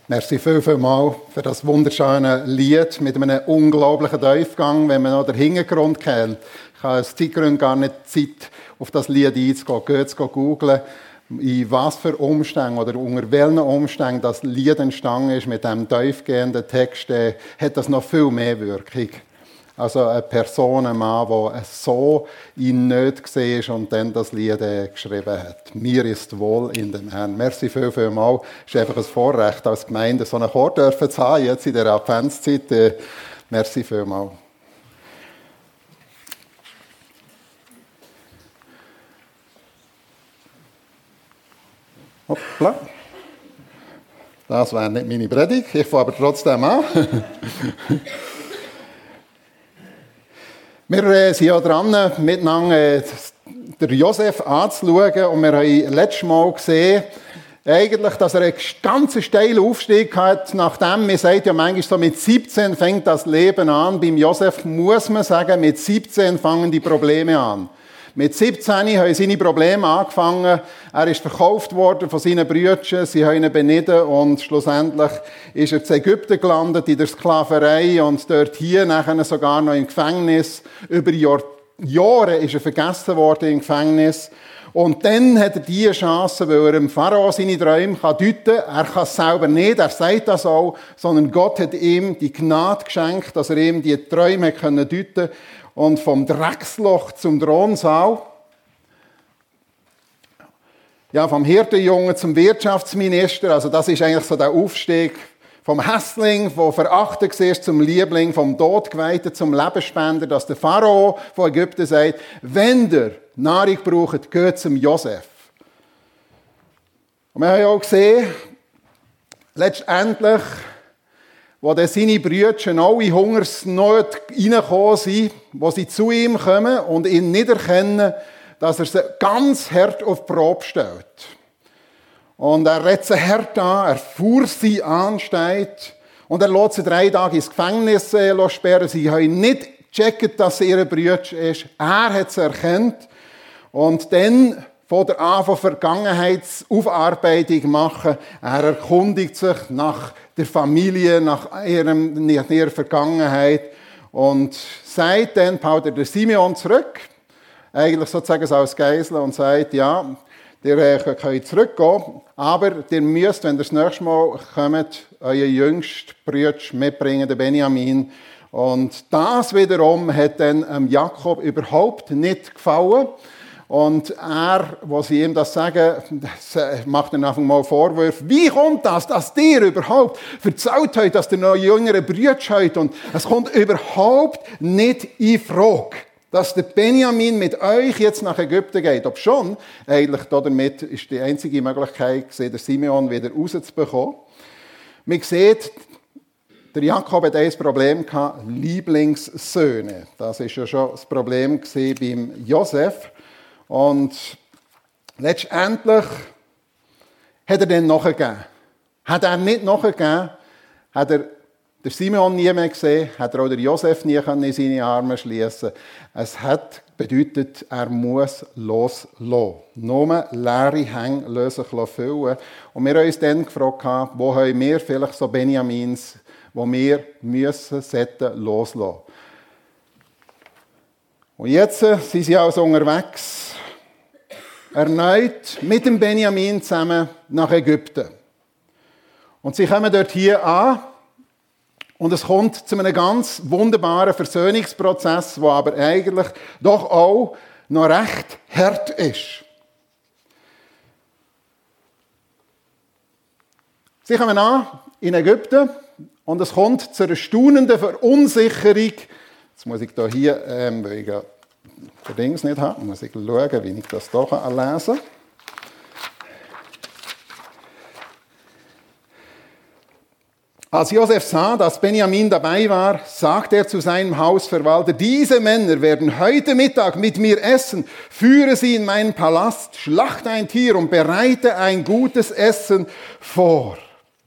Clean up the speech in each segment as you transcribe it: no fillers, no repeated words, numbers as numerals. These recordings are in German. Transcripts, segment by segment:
Merci vielmals für das wunderschöne Lied mit einem unglaublichen Tiefgang, wenn man noch den Hintergrund kennt. Ich habe aus Zeitgründen gar nicht Zeit, auf das Lied einzugehen. Geht es googeln, in was für Umständen oder unter welchen Umständen das Lied entstanden ist mit diesem tiefgehenden Text, hat das noch viel mehr Wirkung. Also eine Person, ein Mann, der so in Not war und dann das Lied geschrieben hat. Mir ist wohl in dem Herrn. Merci vielmals. Es ist einfach ein Vorrecht als Gemeinde, so einen Chor dürfen zu haben, jetzt in der Adventszeit. Merci vielmals. Hoppla. Das wäre nicht meine Predigt. Ich fange aber trotzdem an. Wir sind ja dran, miteinander den Josef anzuschauen. Und wir haben letztes Mal gesehen, eigentlich, dass er einen ganz steilen Aufstieg hat. Nachdem, man sagt ja manchmal so, mit 17 fängt das Leben an. Beim Josef muss man sagen, mit 17 fangen die Probleme an. Mit 17 haben seine Probleme angefangen. Er ist verkauft worden von seinen Brüdern. Sie haben ihn benitten und schlussendlich ist er in Ägypten gelandet, in der Sklaverei und dort hier nachher sogar noch im Gefängnis. Über Jahre ist er vergessen worden im Gefängnis. Und dann hat er diese Chance, weil er dem Pharao seine Träume deuten kann. Er kann es selber nicht, er sagt das auch, sondern Gott hat ihm die Gnade geschenkt, dass er ihm die Träume deuten konnte. Und vom Drecksloch zum Thronsaal. Ja, vom Hirtenjungen zum Wirtschaftsminister. Also das ist eigentlich so der Aufstieg vom Hässling, der verachtet war, zum Liebling, vom Todgeweihten zum Lebensspender, dass der Pharao von Ägypten sagt, wenn ihr Nahrung braucht, geht zum Josef. Und wir haben ja auch gesehen, letztendlich, wo dann seine Brüder alle Hungersnot reingekommen sind, wo sie zu ihm kommen und ihn nicht erkennen, dass er sie ganz hart auf die Probe stellt. Und er redet sie hart an, er fuhr sie an, steht, und er lässt sie 3 Tage ins Gefängnis sperren. Sie haben nicht gecheckt, dass sie ihre Brüder ist. Er hat sie erkannt. Und dann von der an von Vergangenheitsaufarbeitung machen. Er erkundigt sich nach der Familie, nach ihrer Vergangenheit und sagt dann, baut er den Simeon zurück, eigentlich sozusagen als Geisel und sagt, ja, ihr könnt zurückgehen, aber ihr müsst, wenn ihr das nächste Mal kommt, euren jüngsten Bruder mitbringen, den Benjamin. Und das wiederum hat dann Jakob überhaupt nicht gefallen. Und er, wo sie ihm das sagen, macht dann einfach mal Vorwürfe. Wie kommt das, dass ihr überhaupt verzeiht habt, dass ihr noch jüngere Brüder habt? Und es kommt überhaupt nicht in Frage, dass der Benjamin mit euch jetzt nach Ägypten geht. Ob schon, eigentlich damit ist die einzige Möglichkeit, den Simeon wieder rauszubekommen. Man sieht, der Jakob hat ein Problem gehabt, Lieblingssöhne. Das war ja schon das Problem beim Josef. Und letztendlich hat er dann nachgegeben. Hat er nicht nachgegeben, hat er den Simeon nie mehr gesehen, hat er auch den Josef nie in seine Arme schließen. Es hat bedeutet, er muss loslassen. Nur leere Hänge lassen sich füllen. Und wir haben uns dann gefragt, wo haben wir vielleicht so Benjamins, wo wir sollten loslassen. Und jetzt sind sie also unterwegs, erneut mit dem Benjamin zusammen nach Ägypten. Und sie kommen dort hier an und es kommt zu einem ganz wunderbaren Versöhnungsprozess, der aber eigentlich doch auch noch recht hart ist. Sie kommen an in Ägypten und es kommt zu einer staunenden Verunsicherung. Jetzt muss ich hier, weil ich den Dings nicht habe, muss ich schauen, wie ich das hier lesen kann. Als Josef sah, dass Benjamin dabei war, sagte er zu seinem Hausverwalter, diese Männer werden heute Mittag mit mir essen. Führe sie in meinen Palast, schlachte ein Tier und bereite ein gutes Essen vor.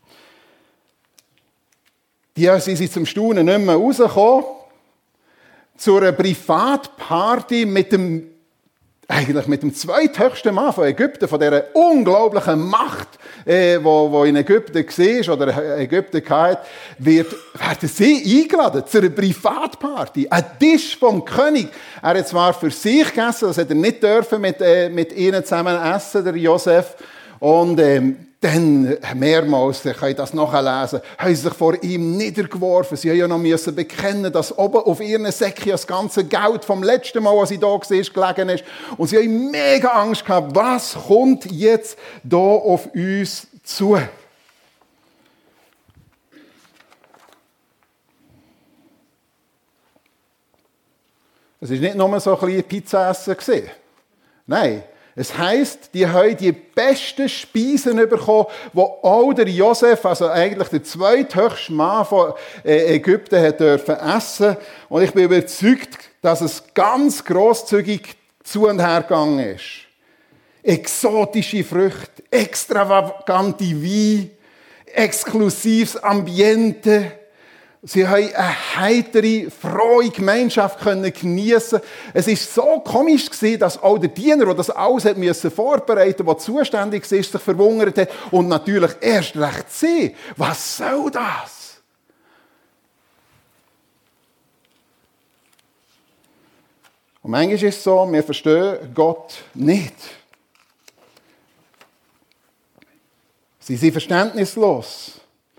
Sie sind zum Staunen nicht mehr rausgekommen. Zu einer Privatparty mit dem eigentlich mit dem zweithöchsten Mann von Ägypten, von dieser unglaublichen Macht, wo in Ägypten war oder Ägypten hatte, werden sie eingeladen zu einer Privatparty. Ein Tisch vom König. Er hat zwar für sich gegessen, das hat er nicht dürfen mit ihnen zusammen essen, der Josef. Und dann mehrmals, ihr könnt das nachlesen, haben sie sich vor ihm niedergeworfen. Sie ja noch müssen bekennen, dass oben auf ihren Säcken das ganze Geld vom letzten Mal, als sie da war, gelegen ist. Und sie haben mega Angst gehabt, was kommt jetzt da auf uns zu? Es war nicht nur so ein bisschen Pizza essen. Nein. Es heisst, die haben die besten Speisen bekommen, die auch der Josef, also eigentlich der zweithöchste Mann von Ägypten, hat dürfen essen. Und ich bin überzeugt, dass es ganz grosszügig zu und her gegangen ist. Exotische Früchte, extravagante Wein, exklusives Ambiente. Sie haben eine heitere, frohe Gemeinschaft geniessen. Es war so komisch, dass auch der Diener, der das alles vorbereiten musste, der zuständig war, sich verwundert hat. Und natürlich erst recht sie. Was soll das? Und manchmal ist es so, wir verstehen Gott nicht. Sie sind verständnislos.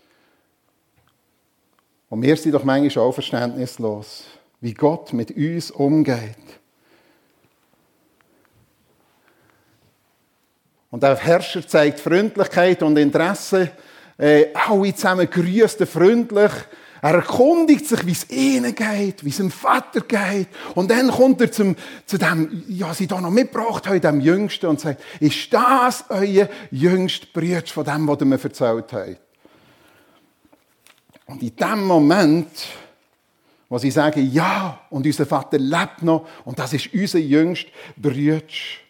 Und wir sind doch manchmal auch verständnislos, wie Gott mit uns umgeht. Und der Herrscher zeigt Freundlichkeit und Interesse. Alle zusammen grüßt freundlich. Er erkundigt sich, wie es ihnen geht, wie es dem Vater geht. Und dann kommt er zu dem, ja, sie da noch mitgebracht haben, dem Jüngsten, und sagt, ist das euer jüngster Bruder von dem, was ihr mir erzählt habt? Und in dem Moment, wo sie sagen, ja, und unser Vater lebt noch, und das ist unser jüngster Bruder,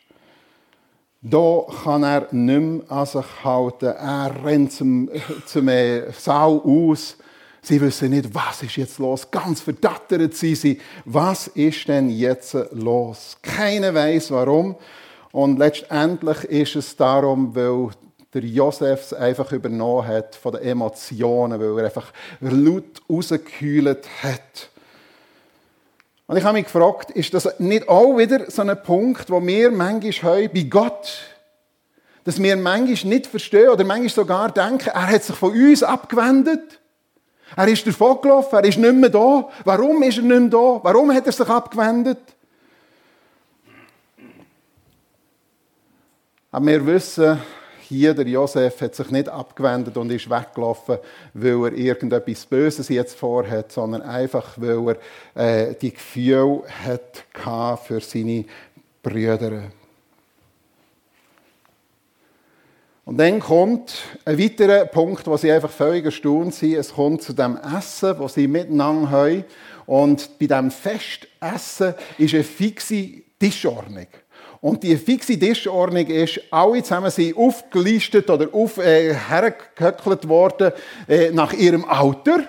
da kann er nicht mehr an sich halten. Er rennt zum Saal aus. Sie wissen nicht, was ist jetzt los. Ganz verdattert sind sie. Was ist denn jetzt los? Keiner weiß warum. Und letztendlich ist es darum, weil der Josef es einfach übernommen hat von den Emotionen, weil er einfach laut rausgekühlt hat. Und ich habe mich gefragt, ist das nicht auch wieder so ein Punkt, wo wir manchmal haben bei Gott, dass wir manchmal nicht verstehen oder manchmal sogar denken, er hat sich von uns abgewendet. Er ist davon gelaufen, er ist nicht mehr da. Warum ist er nicht mehr da? Warum hat er sich abgewendet? Aber wir wissen, hier, der Josef hat sich nicht abgewendet und ist weggelaufen, weil er irgendetwas Böses jetzt vorhat, sondern einfach, weil er die Gefühle hatte für seine Brüder. Und dann kommt ein weiterer Punkt, wo sie einfach völlig erstaunt sind. Es kommt zu dem Essen, das sie miteinander haben. Und bei diesem Festessen ist eine fixe Tischordnung. Und die fixe Tischordnung ist, alle zusammen sind aufgelistet oder hergehöckelt worden nach ihrem Alter.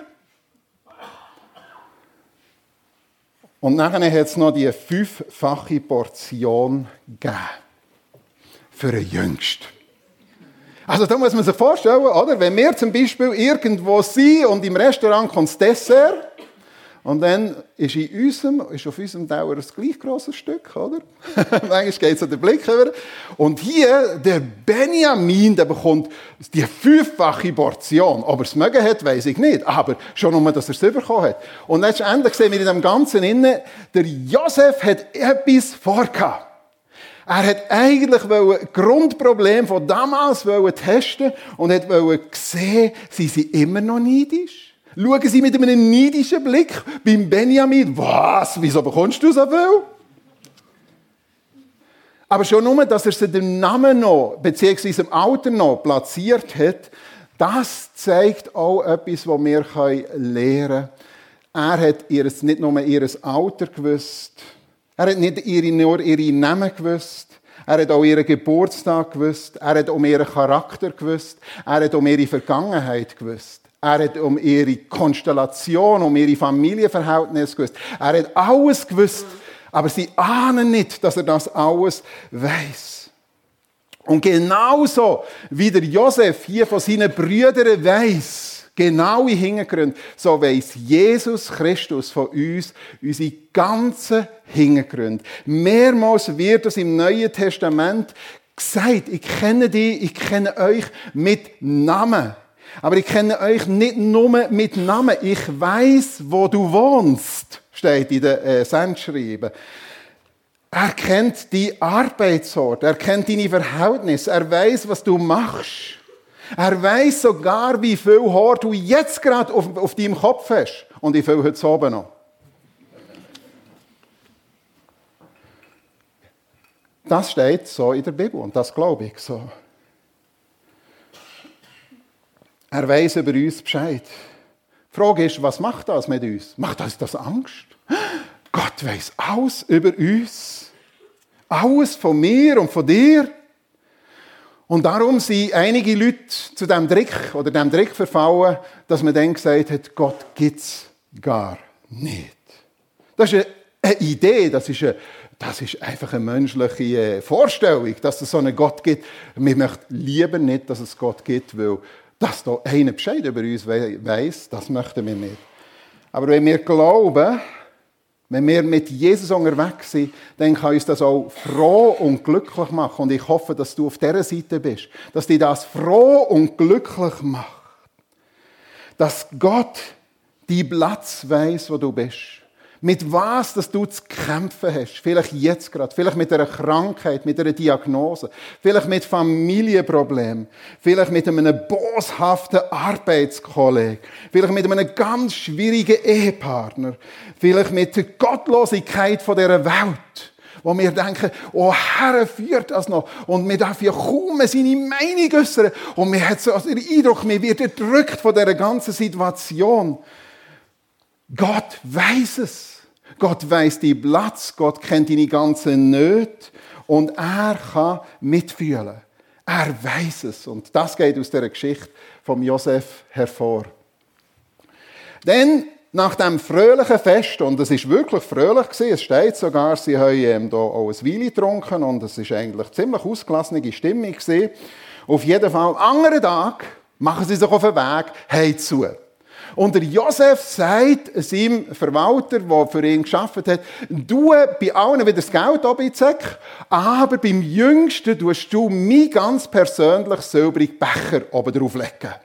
Und nachher hat es noch die 5-fache Portion gegeben. Für den Jüngsten. Also da muss man sich vorstellen, oder? Wenn wir zum Beispiel irgendwo sind und im Restaurant kommt das Dessert, und dann ist auf unserem Teller ein gleich grosses Stück, oder? Manchmal geht es an den Blick über. Und hier, der Benjamin, der bekommt die 5-fache Portion. Ob er es mögen hat, weiss ich nicht. Aber schon nur, dass er es bekommen hat. Und letztendlich sehen wir in dem Ganzen innen, der Josef hat etwas vorgehabt. Er hat eigentlich das Grundproblem von damals testen und wollte sehen, sind sie immer noch neidisch? Schauen Sie mit einem neidischen Blick beim Benjamin, was, wieso bekommst du so viel? Aber schon nur, dass er sie den Namen noch, beziehungsweise im Alter noch platziert hat, das zeigt auch etwas, was wir lernen können. Er hat nicht nur ihr Alter gewusst, er hat nicht nur ihre Namen gewusst, er hat auch ihren Geburtstag gewusst, er hat um ihren Charakter gewusst, er hat um ihre Vergangenheit gewusst. Er hat um ihre Konstellation, um ihre Familienverhältnisse gewusst. Er hat alles gewusst. Aber sie ahnen nicht, dass er das alles weiss. Und genauso wie der Josef hier von seinen Brüdern weiss, genaue Hintergründe, so weiss Jesus Christus von uns unsere ganzen Hintergründe. Mehrmals wird es im Neuen Testament gesagt, ich kenne dich, ich kenne euch mit Namen. Aber ich kenne euch nicht nur mit Namen. Ich weiss, wo du wohnst, steht in den Sendschreiben. Er kennt die Arbeitsort, er kennt deine Verhältnisse, er weiss, was du machst. Er weiss sogar, wie viel Haar du jetzt gerade auf deinem Kopf hast. Und wie viel heute oben noch. Das steht so in der Bibel und das glaube ich so. Er weiss über uns Bescheid. Die Frage ist, was macht das mit uns? Macht uns das Angst? Gott weiss alles über uns. Alles von mir und von dir. Und darum sind einige Leute zu diesem Trick verfallen, dass man dann gesagt hat, Gott gibt es gar nicht. Das ist eine Idee, das ist einfach eine menschliche Vorstellung, dass es so einen Gott gibt. Wir möchten lieber nicht, dass es Gott gibt, weil dass da einer Bescheid über uns weiss, das möchten wir nicht. Aber wenn wir glauben, wenn wir mit Jesus unterwegs sind, dann kann uns das auch froh und glücklich machen. Und ich hoffe, dass du auf dieser Seite bist. Dass dich das froh und glücklich macht. Dass Gott die Platz weiss, wo du bist. Mit was, dass du zu kämpfen hast. Vielleicht jetzt gerade. Vielleicht mit einer Krankheit, mit einer Diagnose. Vielleicht mit Familienproblemen. Vielleicht mit einem boshaften Arbeitskollegen. Vielleicht mit einem ganz schwierigen Ehepartner. Vielleicht mit der Gottlosigkeit dieser Welt. Wo wir denken, oh Herr, führt das noch. Und wir dürfen ja kaum seine Meinung äußern. Und wir haben so den Eindruck, wir werden erdrückt von dieser ganzen Situation. Gott weiss es. Gott weiss deinen Platz, Gott kennt deine ganzen Nöte und er kann mitfühlen. Er weiss es. Und das geht aus dieser Geschichte von Josef hervor. Dann, nach dem fröhlichen Fest, und es war wirklich fröhlich, es steht sogar, sie haben hier auch ein Wein getrunken und es war eigentlich ziemlich ausgelassene Stimmung. Auf jeden Fall, am anderen Tag machen sie sich auf den Weg heimzu. Und der Josef sagt seinem Verwalter, der für ihn gearbeitet hat, du bei allen wieder das Geld abziehen, aber beim Jüngsten tust du mein ganz persönlich silbrigen Becher oben drauf legen.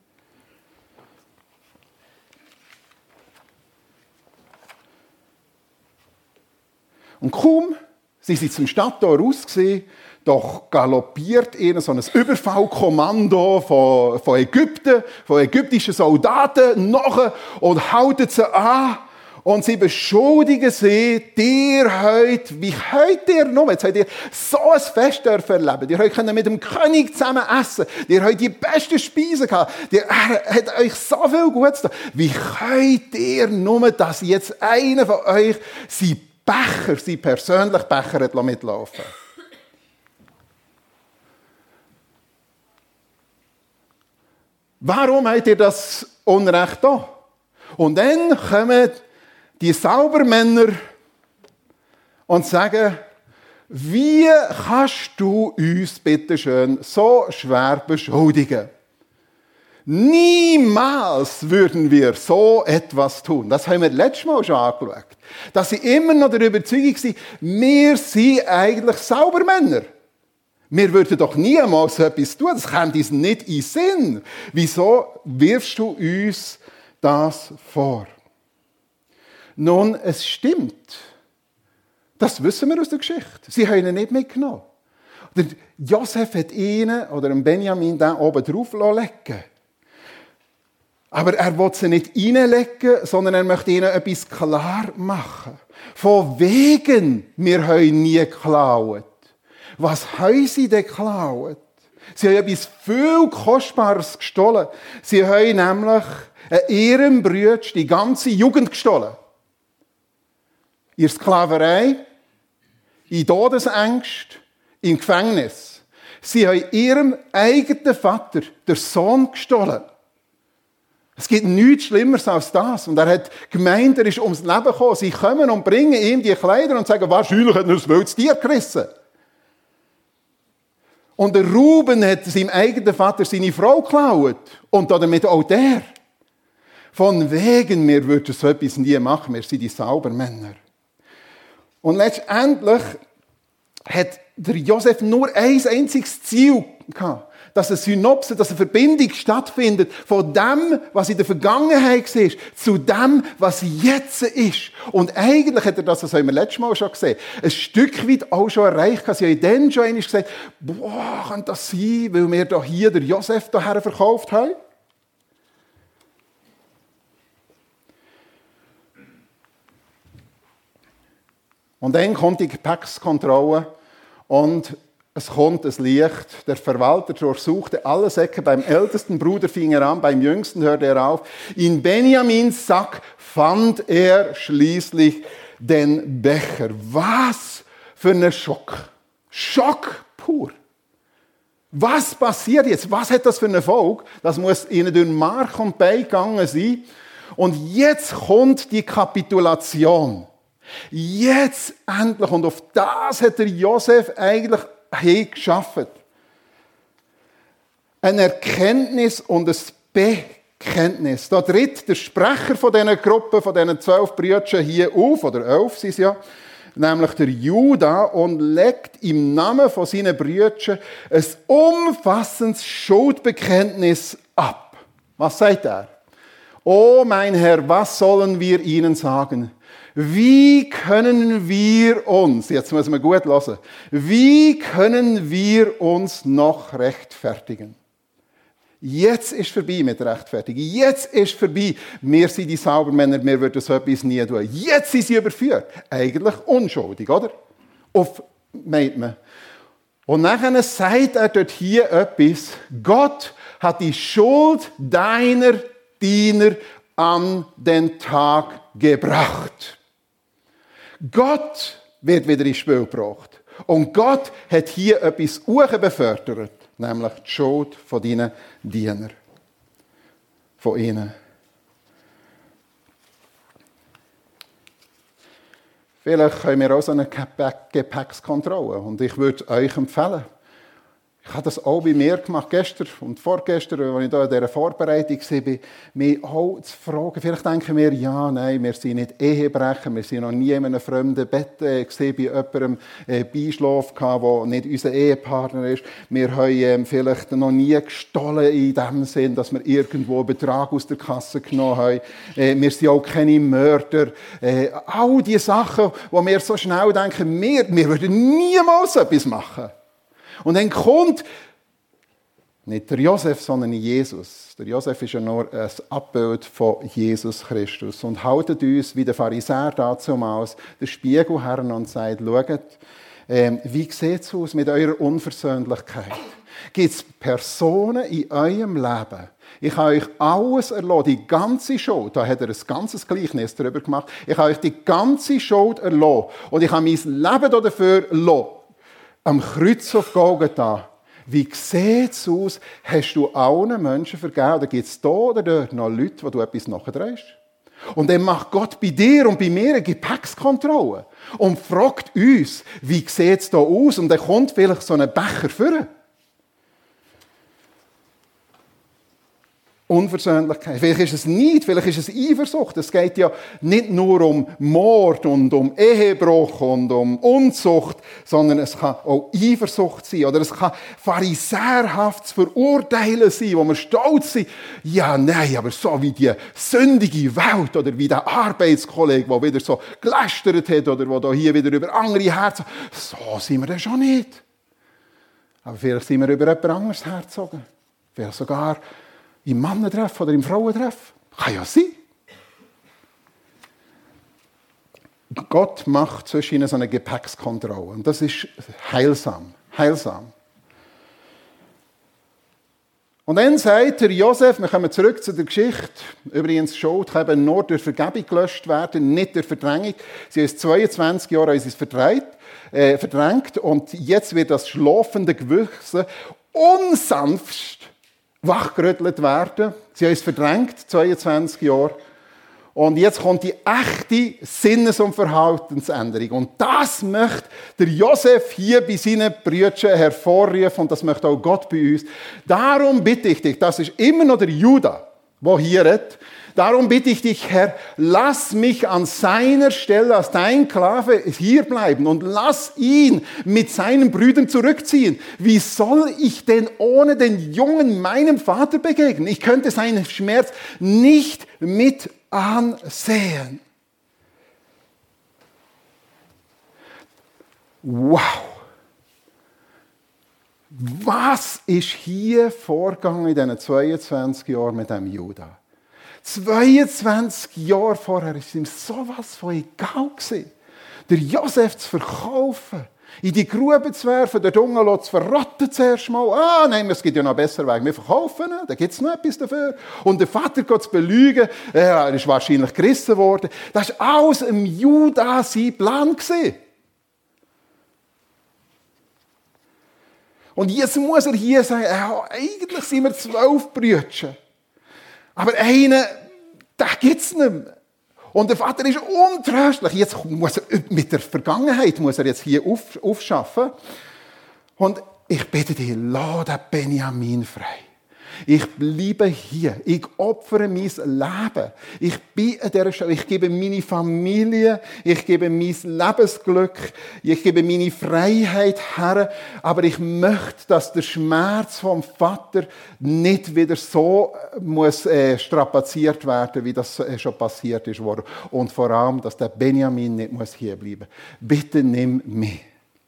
Und kaum sind sie zum Stadttor raus gewesen, doch galoppiert ihnen so ein Überfallkommando von Ägypten, von ägyptischen Soldaten nach und halten sie an. Und sie beschuldigen sie, wie könnt ihr nur, jetzt habt ihr so ein Fest erleben, ihr könnt mit dem König zusammen essen, ihr habt die besten Speisen gehabt, er hat euch so viel Gutes getan. Wie könnt ihr nur, dass jetzt einer von euch sein persönlichen Becher hat mitlaufen? Warum habt ihr das Unrecht da? Und dann kommen die Saubermänner und sagen, wie kannst du uns bitte schön so schwer beschuldigen? Niemals würden wir so etwas tun. Das haben wir letztes Mal schon angeschaut. Dass sie immer noch der Überzeugung sind, wir sind eigentlich Saubermänner. Wir würden doch niemals so etwas tun, das kommt uns nicht in den Sinn. Wieso wirfst du uns das vor? Nun, es stimmt. Das wissen wir aus der Geschichte. Sie haben ihn nicht mitgenommen. Der Josef hat ihnen, oder Benjamin, da oben drauf legen. Aber er will sie nicht reinlegen, sondern er möchte ihnen etwas klar machen. Von wegen, wir haben nie geklaut. Was haben sie denn geklaut? Sie haben etwas viel Kostbares gestohlen. Sie haben nämlich ihrem Bruder die ganze Jugend gestohlen. In Sklaverei, in Todesängste, im Gefängnis. Sie haben ihrem eigenen Vater den Sohn gestohlen. Es gibt nichts Schlimmeres als das. Und er hat gemeint, er ist ums Leben gekommen. Sie kommen und bringen ihm die Kleider und sagen, wahrscheinlich hat er ein wildes Tier gerissen. Und der Ruben hat seinem eigenen Vater seine Frau geklaut. Und damit auch der. Von wegen, wir würden so etwas nie machen. Wir sind die Saubermänner. Und letztendlich hat der Josef nur ein einziges Ziel gehabt. Dass eine Synopse, dass eine Verbindung stattfindet von dem, was in der Vergangenheit war, zu dem, was jetzt ist. Und eigentlich hat er das haben wir letztes Mal schon gesehen, ein Stück weit auch schon erreicht. Sie haben dann schon einmal gesagt, boah, kann das sein, weil wir da hier den Josef hierher verkauft haben? Und dann kommt die Gepäckskontrolle und es kommt ein Licht. Der Verwalter durchsuchte alle Säcke. Beim ältesten Bruder fing er an, beim jüngsten hörte er auf. In Benjamins Sack fand er schließlich den Becher. Was für ein Schock. Schock pur. Was passiert jetzt? Was hat das für eine Folge? Das muss ihnen durch Mark und Bein gegangen sein. Und jetzt kommt die Kapitulation. Jetzt endlich. Und auf das hat der Josef eigentlich geschaffen. Eine Erkenntnis und ein Bekenntnis. Da tritt der Sprecher von dieser Gruppe, von diesen 12 Brüdern hier auf, oder 11 sind es ja, nämlich der Juda, und legt im Namen von seinen Brüdern ein umfassendes Schuldbekenntnis ab. Was sagt er? O mein Herr, was sollen wir ihnen sagen? Wie können wir uns, jetzt müssen wir gut hören, wie können wir uns noch rechtfertigen? Jetzt ist vorbei mit Rechtfertigung. Jetzt ist vorbei. Wir sind die Saubermänner, wir würden so etwas nie tun. Jetzt sind sie überführt. Eigentlich unschuldig, oder? Meint man. Und nachher sagt er dort hier etwas. Gott hat die Schuld deiner Diener an den Tag gebracht. Gott wird wieder ins Spiel gebracht. Und Gott hat hier etwas befördert, nämlich die Schuld von deinen Dienern. Von ihnen. Vielleicht können wir auch so eine Gepäckskontrolle. Und ich würde euch empfehlen, ich habe das auch bei mir gemacht, gestern und vorgestern, als ich da in dieser Vorbereitung war, mich auch zu fragen. Vielleicht denken wir, ja, nein, wir sind nicht Ehebrecher, wir sind noch nie in einem fremden Bett gesehen, bei jemandem Beischlaf gehabt, der nicht unser Ehepartner ist. Wir haben vielleicht noch nie gestohlen in dem Sinn, dass wir irgendwo einen Betrag aus der Kasse genommen haben. Wir sind auch keine Mörder. All diese Sachen, wo wir so schnell denken, wir würden niemals etwas machen. Und dann kommt nicht der Josef, sondern Jesus. Der Josef ist ja nur ein Abbild von Jesus Christus. Und haltet uns, wie der Pharisäer damals, den Spiegel her und sagt, schaut, wie sieht es aus mit eurer Unversöhnlichkeit? Gibt es Personen in eurem Leben? Ich habe euch alles erlassen, die ganze Schuld. Da hat er ein ganzes Gleichnis darüber gemacht. Ich habe euch die ganze Schuld erlassen. Und ich habe mein Leben dafür erlassen. Am Kreuz auf Golgatha. Wie sieht es aus? Hast du allen Menschen vergeben? Oder gibt es da oder dort noch Leute, wo du etwas nachdrehst? Und dann macht Gott bei dir und bei mir eine Gepäckskontrolle. Und fragt uns, wie sieht es da aus? Und dann kommt vielleicht so ein Becher vor. Unversöhnlichkeit. Vielleicht ist es Neid, vielleicht ist es Eifersucht. Es geht ja nicht nur um Mord und um Ehebruch und um Unzucht, sondern es kann auch Eifersucht sein. Oder es kann pharisäerhaft zu verurteilen sein, wo wir stolz sind. Ja, nein, aber so wie die sündige Welt oder wie der Arbeitskollege, der wieder so gelästert hat oder der hier wieder über andere Herzen. So sind wir dann schon nicht. Aber vielleicht sind wir über jemand anderes hergezogen. Vielleicht sogar im Mannentreff oder im Frauentreff. Kann ja sein. Gott macht zwischen ihnen so eine Gepäckskontrolle. Und das ist heilsam. Heilsam. Und dann sagt der Josef, wir kommen zurück zu der Geschichte, übrigens Schuld kann eben nur durch Vergebung gelöscht werden, nicht durch Verdrängung. Sie ist 22 Jahre uns verdrängt und jetzt wird das schlafende Gewissen unsanftst wachgerüttelt werden. Sie haben es verdrängt, 22 Jahre. Und jetzt kommt die echte Sinnes- und Verhaltensänderung. Und das möchte der Josef hier bei seinen Brüdern hervorrufen und das möchte auch Gott bei uns. Darum bitte ich dich, das ist immer noch der Judah, der hier redet. Darum bitte ich dich, Herr, lass mich an seiner Stelle als dein Sklave hier bleiben und lass ihn mit seinen Brüdern zurückziehen. Wie soll ich denn ohne den Jungen meinem Vater begegnen? Ich könnte seinen Schmerz nicht mit ansehen. Wow! Was ist hier vorgegangen in diesen 22 Jahren mit dem Judah? 22 Jahre vorher war es ihm sowas von egal gewesen, der Josef zu verkaufen, in die Grube zu werfen, den Jungen zu verrotten zuerst mal. Nein, es gibt ja noch einen besseren Weg. Wir verkaufen ihn, da gibt es noch etwas dafür. Und den Vater zu belügen, er ist wahrscheinlich gerissen worden. Das war alles im Judah sein Plan gewesen. Und jetzt muss er hier sagen, eigentlich sind wir 12 Brüder. Aber einen, den gibt es nicht mehr. Und der Vater ist untröstlich. Jetzt muss er mit der Vergangenheit jetzt hier aufschaffen. Und ich bitte dich, lass den Benjamin frei. Ich bleibe hier. Ich opfere mein Leben. Ich bin an dieser Stelle. Ich gebe meine Familie. Ich gebe mein Lebensglück. Ich gebe meine Freiheit her. Aber ich möchte, dass der Schmerz vom Vater nicht wieder so muss strapaziert werden, wie das schon passiert ist. Und vor allem, dass der Benjamin nicht muss hier bleiben. Bitte nimm mich.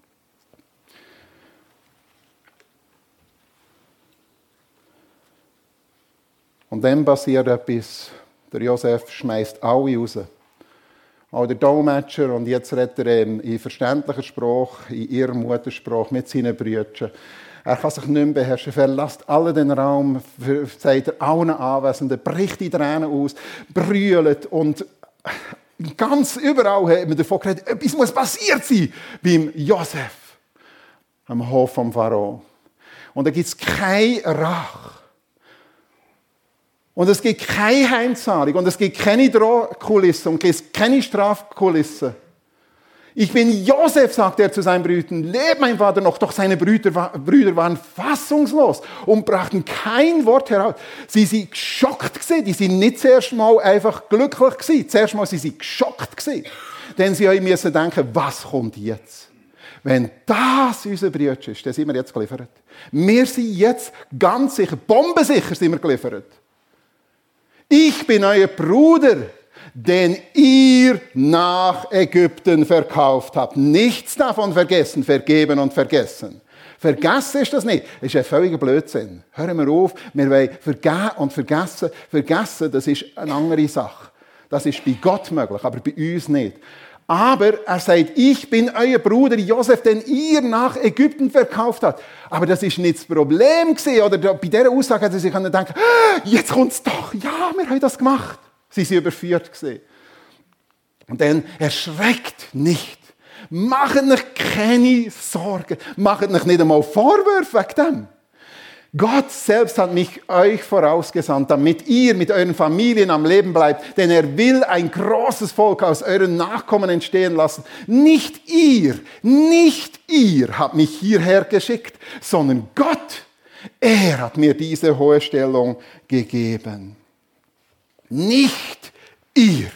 Und dann passiert etwas. Der Josef schmeißt alle raus. Auch der Dolmetscher, und jetzt redet er in verständlicher Sprache, in ihrem Muttersprache mit seinen Brüdern. Er kann sich nicht mehr beherrschen, verlässt alle den Raum, sagt er allen Anwesenden, bricht die Tränen aus, brüllt und ganz überall hat man davon geredet, etwas muss passiert sein beim Josef am Hof vom Pharao. Und da gibt es keine Rache. Und es gibt keine Heimzahlung und es gibt keine Drohkulisse und es gibt keine Strafkulisse. Ich bin Josef, sagt er zu seinen Brüdern, lebt mein Vater noch? Doch seine Brüder waren fassungslos und brachten kein Wort heraus. Sie sind geschockt gewesen, die sind nicht zuerst mal einfach glücklich gewesen. Zuerst mal sind sie geschockt gewesen. Denn sie müssen denken, was kommt jetzt? Wenn das unser Bruder ist, dann sind wir jetzt geliefert. Wir sind jetzt ganz sicher, bombensicher sind wir geliefert. Ich bin euer Bruder, den ihr nach Ägypten verkauft habt. Nichts davon vergessen, vergeben und vergessen. Vergessen ist das nicht. Das ist ein völliger Blödsinn. Hören wir auf, wir wollen vergeben und vergessen. Vergessen, das ist eine andere Sache. Das ist bei Gott möglich, aber bei uns nicht. Aber er sagt, ich bin euer Bruder Josef, den ihr nach Ägypten verkauft habt. Aber das ist nicht das Problem gewesen. Oder bei dieser Aussage hätte sie sich denken, jetzt kommt es doch. Ja, wir haben das gemacht. Sie sind überführt gewesen. Und dann erschreckt nicht. Macht euch keine Sorgen. Macht euch nicht einmal Vorwürfe wegen dem. Gott selbst hat mich euch vorausgesandt, damit ihr mit euren Familien am Leben bleibt, denn er will ein großes Volk aus euren Nachkommen entstehen lassen. Nicht ihr habt mich hierher geschickt, sondern Gott, er hat mir diese hohe Stellung gegeben. Nicht ihr.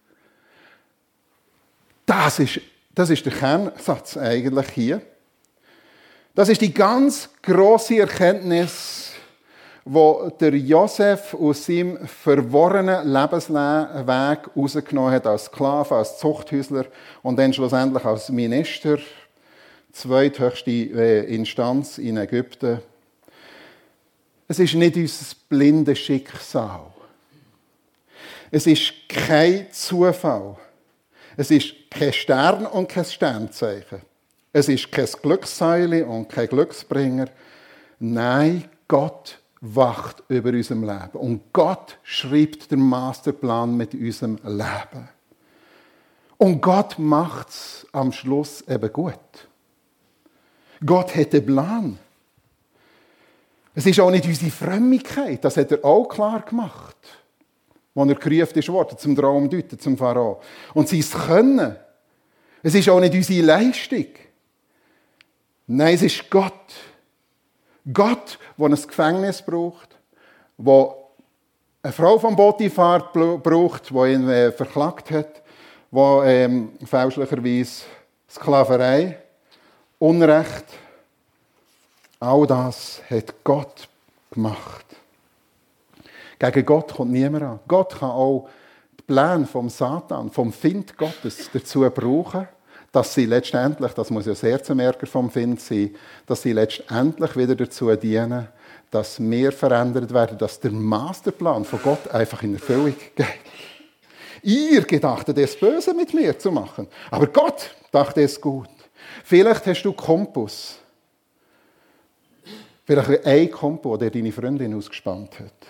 Das ist der Kernsatz eigentlich hier. Das ist die ganz grosse Erkenntnis, die der Josef aus seinem verworrenen Lebensweg rausgenommen hat, als Sklave, als Zuchthäusler und dann schlussendlich als Minister, zweithöchste Instanz in Ägypten. Es ist nicht unser blindes Schicksal. Es ist kein Zufall. Es ist kein Stern und kein Sternzeichen. Es ist kein Glückssäule und kein Glücksbringer. Nein, Gott wacht über unserem Leben. Und Gott schreibt den Masterplan mit unserem Leben. Und Gott macht es am Schluss eben gut. Gott hat einen Plan. Es ist auch nicht unsere Frömmigkeit, das hat er auch klar gemacht, als er gerufen wurde, zum Traum deuten, zum Pharao. Und sein Können. Es ist auch nicht unsere Leistung. Nein, es ist Gott. Gott, der ein Gefängnis braucht, der eine Frau vom Potiphar braucht, die ihn verklagt hat, die fälschlicherweise Sklaverei, Unrecht, all das hat Gott gemacht. Gegen Gott kommt niemand an. Gott kann auch die Pläne vom Satan, vom Find Gottes dazu brauchen, dass sie letztendlich, das muss ja sehr zum Ärger vom Find sein, dass sie letztendlich wieder dazu dienen, dass wir verändert werden, dass der Masterplan von Gott einfach in Erfüllung geht. Ihr gedachtet, es Böse mit mir zu machen, aber Gott dachte es gut. Vielleicht hast du Kompass. Vielleicht ein Kompass, der deine Freundin ausgespannt hat.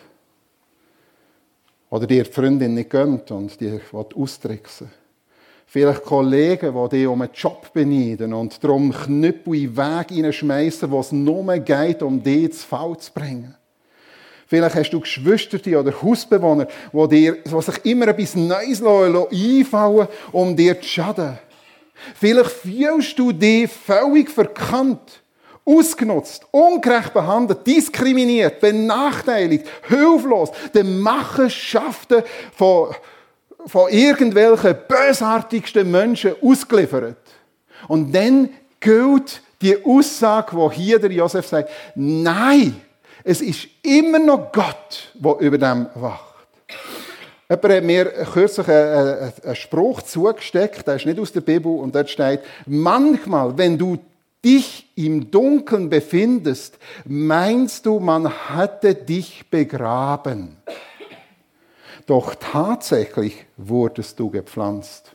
Oder dir die Freundin nicht gönnt und die austricksen. Vielleicht Kollegen, die dich um einen Job beneiden und darum Knüppel in den Weg hineinschmeissen, wo es nur geht, um dich zu Fall zu bringen. Vielleicht hast du Geschwister oder Hausbewohner, die sich immer etwas Neues einfallen, um dir zu schaden. Vielleicht fühlst du dich völlig verkannt, ausgenutzt, ungerecht behandelt, diskriminiert, benachteiligt, hilflos, den Machenschaften von irgendwelchen bösartigsten Menschen ausgeliefert. Und dann gilt die Aussage, die hier der Josef sagt, nein, es ist immer noch Gott, der über dem wacht. Jemand hat mir kürzlich einen Spruch zugesteckt, der ist nicht aus der Bibel, und dort steht, manchmal, wenn du dich im Dunkeln befindest, meinst du, man hätte dich begraben. Doch tatsächlich wurdest du gepflanzt.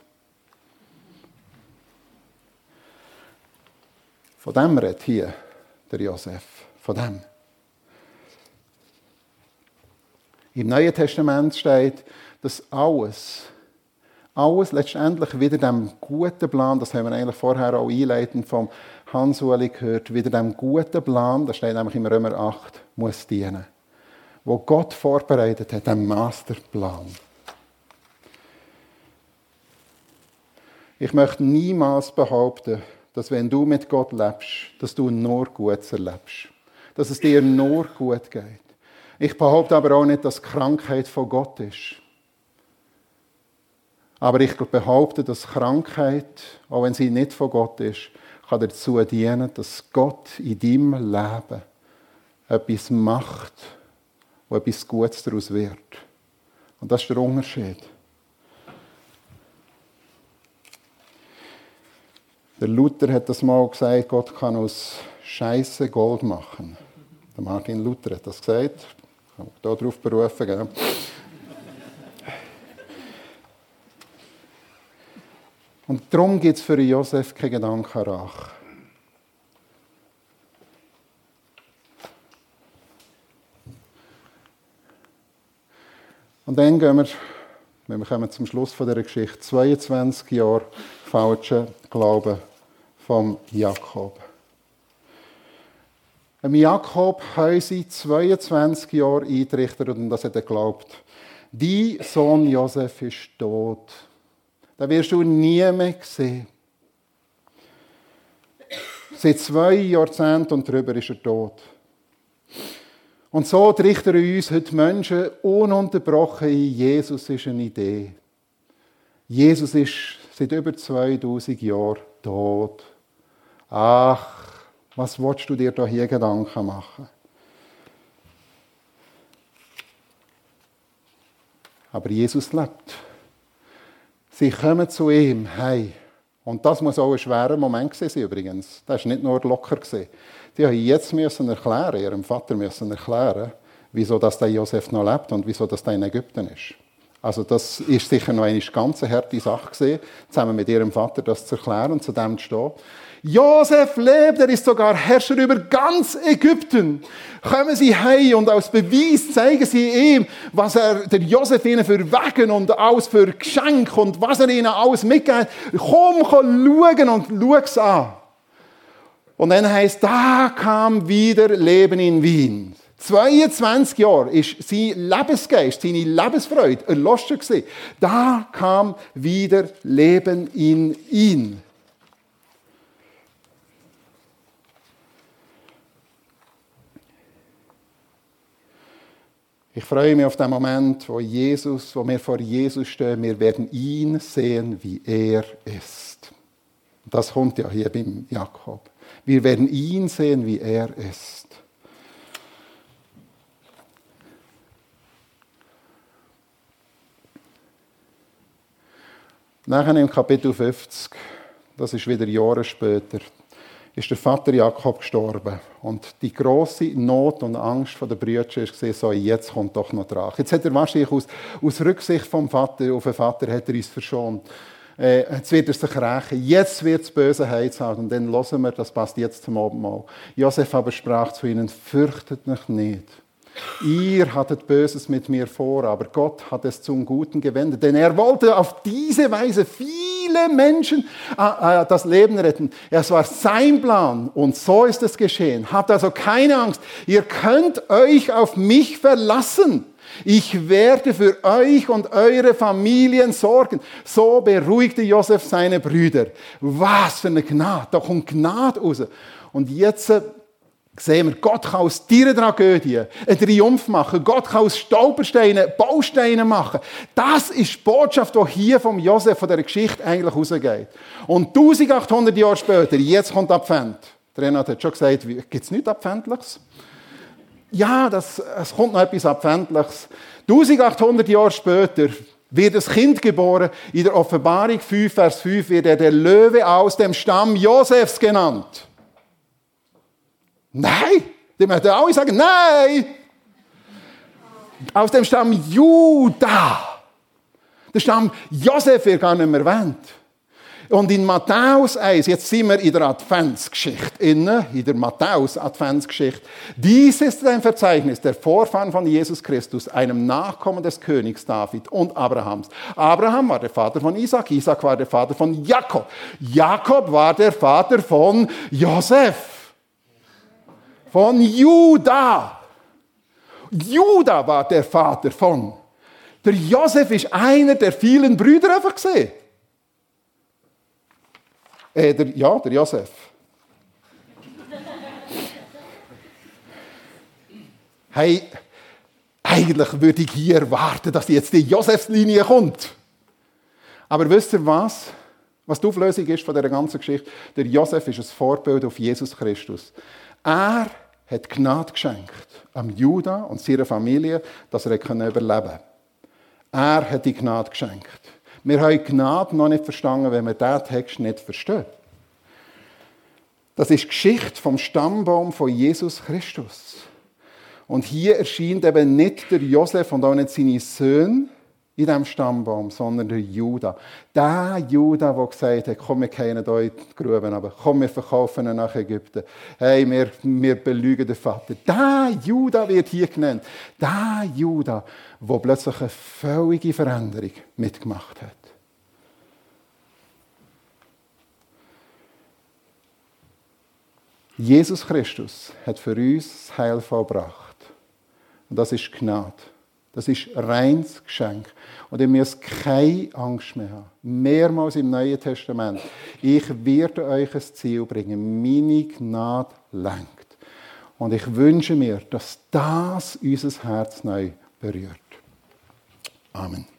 Von dem redet hier der Josef. Von dem. Im Neuen Testament steht, dass alles letztendlich wieder dem guten Plan, das haben wir eigentlich vorher auch einleitend vom Hans-Uli gehört, wieder dem guten Plan, das steht nämlich im Römer 8, muss dienen. Wo Gott vorbereitet hat, dem Masterplan. Ich möchte niemals behaupten, dass wenn du mit Gott lebst, dass du nur Gutes erlebst. Dass es dir nur gut geht. Ich behaupte aber auch nicht, dass Krankheit von Gott ist. Aber ich behaupte, dass Krankheit, auch wenn sie nicht von Gott ist, kann dazu dienen, dass Gott in deinem Leben etwas macht, wo etwas Gutes daraus wird. Und das ist der Unterschied. Der Luther hat das mal gesagt, Gott kann aus Scheisse Gold machen. Der Martin Luther hat das gesagt. Ich kann mich da drauf berufen. Gell? Und darum gibt es für Josef keinen Gedanken an Rache. Und dann gehen wir, wenn wir kommen zum Schluss dieser Geschichte, 22 Jahre falschen Glauben vom Jakob. Jakob haben sie 22 Jahre eingerichtet und das hat er geglaubt. Dein Sohn Josef ist tot. Den wirst du nie mehr sehen. Seit 2 Jahrzehnten und darüber ist er tot. Und so trichtern uns heute Menschen ununterbrochen ein, Jesus ist eine Idee. Jesus ist seit über 2000 Jahren tot. Ach, was willst du dir da hier Gedanken machen? Aber Jesus lebt. Sie kommen zu ihm, hey. Und das muss auch ein schwerer Moment sein übrigens. Das war nicht nur locker. Die haben jetzt erklären, ihrem Vater erklären, wieso dass der Josef noch lebt und wieso dass der in Ägypten ist. Also das ist sicher noch eine ganz harte Sache gewesen, zusammen mit ihrem Vater das zu erklären und zu dem zu stehen. Josef lebt, er ist sogar Herrscher über ganz Ägypten. Kommen Sie heim und als Beweis zeigen Sie ihm, was der Josef ihnen für Wegen und alles für Geschenke und was ihnen alles mitgibt. Komm schauen und schau es an. Und dann heisst, da kam wieder Leben in Wien. 22 Jahre ist sein Lebensgeist, seine Lebensfreude erloschen gewesen. Da kam wieder Leben in ihn. Ich freue mich auf den Moment, wo wir vor Jesus stehen. Wir werden ihn sehen, wie er ist. Das kommt ja hier beim Jakob. Wir werden ihn sehen, wie er ist. Nachher im Kapitel 50, das ist wieder Jahre später, ist der Vater Jakob gestorben. Und die grosse Not und Angst der Brüder war, so, jetzt kommt doch noch Drache. Jetzt hat er wahrscheinlich aus Rücksicht vom Vater auf den Vater hat er uns verschont. Jetzt wird er sich rächen. Jetzt wird das Böse heimzahlen. Und dann hören wir, das passt jetzt zum Abendmahl. Josef aber sprach zu ihnen, fürchtet euch nicht. Ihr hattet Böses mit mir vor, aber Gott hat es zum Guten gewendet. Denn er wollte auf diese Weise viele Menschen das Leben retten. Es war sein Plan und so ist es geschehen. Habt also keine Angst. Ihr könnt euch auf mich verlassen. Ich werde für euch und eure Familien sorgen. So beruhigte Josef seine Brüder. Was für eine Gnade. Da kommt Gnade raus. Und jetzt sehen wir, Gott kann aus dieser Tragödie einen Triumph machen. Gott kann aus Stolpersteinen Bausteine machen. Das ist die Botschaft, die hier vom Josef, von dieser Geschichte eigentlich rausgeht. Und 1800 Jahre später, jetzt kommt Advent. Renat hat schon gesagt, gibt es nichts Adventliches? Ja, es kommt noch etwas Adventliches. 1800 Jahre später wird das Kind geboren. In der Offenbarung 5, Vers 5 wird er der Löwe aus dem Stamm Josefs genannt. Nein! Die möchten alle sagen, nein! Aus dem Stamm Juda. Der Stamm Josef wird gar nicht mehr erwähnt. Und in Matthäus 1, jetzt sind wir in der Adventsgeschichte, in der Matthäus-Adventsgeschichte. Dies ist ein Verzeichnis der Vorfahren von Jesus Christus, einem Nachkommen des Königs David und Abrahams. Abraham war der Vater von Isaac, Isaac war der Vater von Jakob. Jakob war der Vater von Josef. Von Juda. Juda war der Vater von. Der Josef ist einer der vielen Brüder einfach gesehen. Der Josef. Hey, eigentlich würde ich hier erwarten, dass jetzt die Josefslinie kommt. Aber wisst ihr was? Was die Auflösung ist von dieser ganzen Geschichte? Der Josef ist ein Vorbild auf Jesus Christus. Er hat Gnade geschenkt am Juda und seiner Familie, dass er überleben konnte. Er hat die Gnade geschenkt. Wir haben Gnade noch nicht verstanden, wenn wir diesen Text nicht verstehen. Das ist die Geschichte vom Stammbaum von Jesus Christus. Und hier erscheint eben nicht der Josef und auch nicht seine Söhne in diesem Stammbaum, sondern der Juda. Der Juda, der gesagt hat, komm, wir gehen hier in die Gruben, aber komm, wir verkaufen ihn nach Ägypten. Hey, wir belügen den Vater. Der Juda wird hier genannt. Der Juda, der plötzlich eine völlige Veränderung mitgemacht hat. Jesus Christus hat für uns das Heil vollbracht. Und das ist Gnade. Das ist reines Geschenk. Und ihr müsst keine Angst mehr haben. Mehrmals im Neuen Testament. Ich werde euch ein Ziel bringen. Meine Gnade lenkt. Und ich wünsche mir, dass das unser Herz neu berührt. Amen.